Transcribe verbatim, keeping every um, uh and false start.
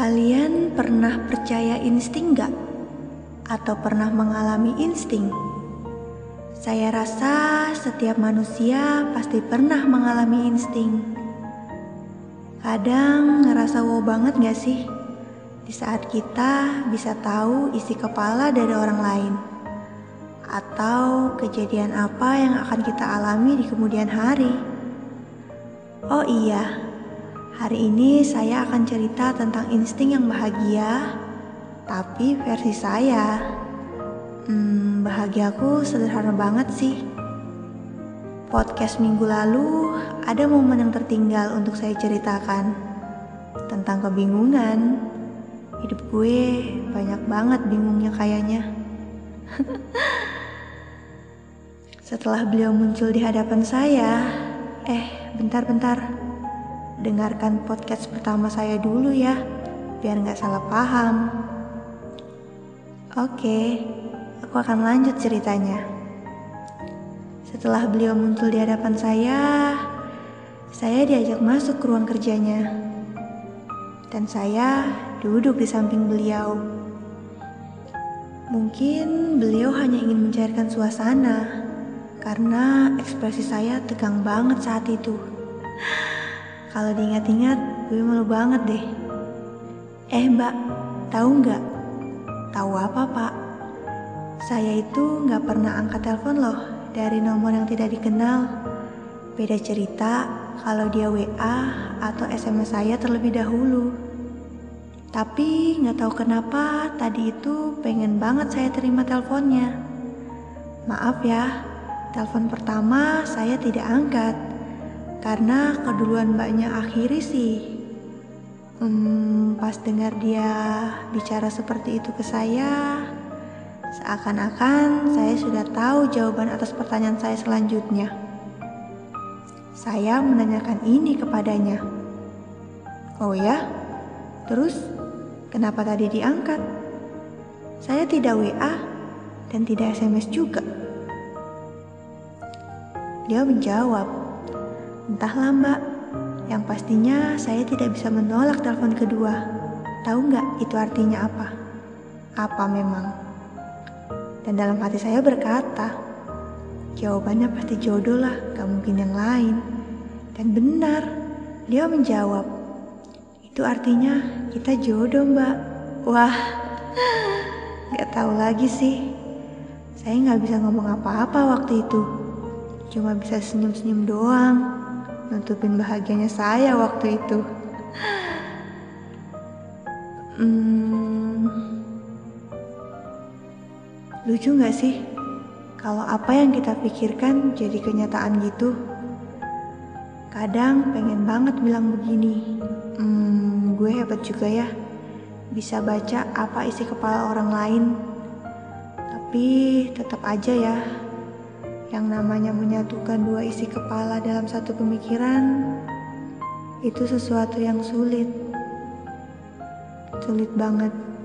Kalian pernah percaya insting gak? Atau pernah mengalami insting? Saya rasa setiap manusia pasti pernah mengalami insting. Kadang ngerasa wow banget gak sih? Di saat kita bisa tahu isi kepala dari orang lain. Atau kejadian apa yang akan kita alami di kemudian hari. Oh iya, hari ini saya akan cerita tentang insting yang bahagia, tapi versi saya. Hmm, bahagiaku sederhana banget sih. Podcast minggu lalu ada momen yang tertinggal untuk saya ceritakan tentang kebingungan. Hidup gue banyak banget bingungnya kayaknya. Setelah beliau muncul di hadapan saya, eh bentar-bentar, dengarkan podcast pertama saya dulu ya, biar gak salah paham. Oke, aku akan lanjut ceritanya. Setelah beliau muncul di hadapan saya, saya diajak masuk ke ruang kerjanya. Dan saya duduk di samping beliau. Mungkin beliau hanya ingin mencairkan suasana, karena ekspresi saya tegang banget saat itu. Kalau diingat-ingat, gue malu banget deh. Eh mbak, tahu nggak? Tahu apa pak? Saya itu nggak pernah angkat telepon loh dari nomor yang tidak dikenal. Beda cerita kalau dia W A atau S M S saya terlebih dahulu. Tapi nggak tahu kenapa tadi itu pengen banget saya terima teleponnya. Maaf ya, telepon pertama saya tidak angkat karena keduluan mbaknya akhiri sih. Hmm, pas dengar dia bicara seperti itu ke saya, seakan-akan saya sudah tahu jawaban atas pertanyaan saya selanjutnya. Saya menanyakan ini kepadanya. Oh ya? Terus kenapa tadi diangkat? Saya tidak W A dan tidak S M S juga. Dia menjawab, entahlah mbak, yang pastinya saya tidak bisa menolak telepon kedua. Tahu nggak itu artinya apa? Apa memang? Dan dalam hati saya berkata, jawabannya pasti jodoh lah, gak mungkin yang lain. Dan benar, dia menjawab, itu artinya kita jodoh mbak. Wah, gak tahu lagi sih. Saya gak bisa ngomong apa-apa waktu itu. Cuma bisa senyum-senyum doang, nutupin bahagianya saya waktu itu. Hmm, lucu gak sih? Kalau apa yang kita pikirkan jadi kenyataan gitu. Kadang pengen banget bilang begini, Hmm, gue hebat juga ya, bisa baca apa isi kepala orang lain. Tapi tetap aja ya, yang namanya menyatukan dua isi kepala dalam satu pemikiran, itu sesuatu yang sulit. Sulit banget.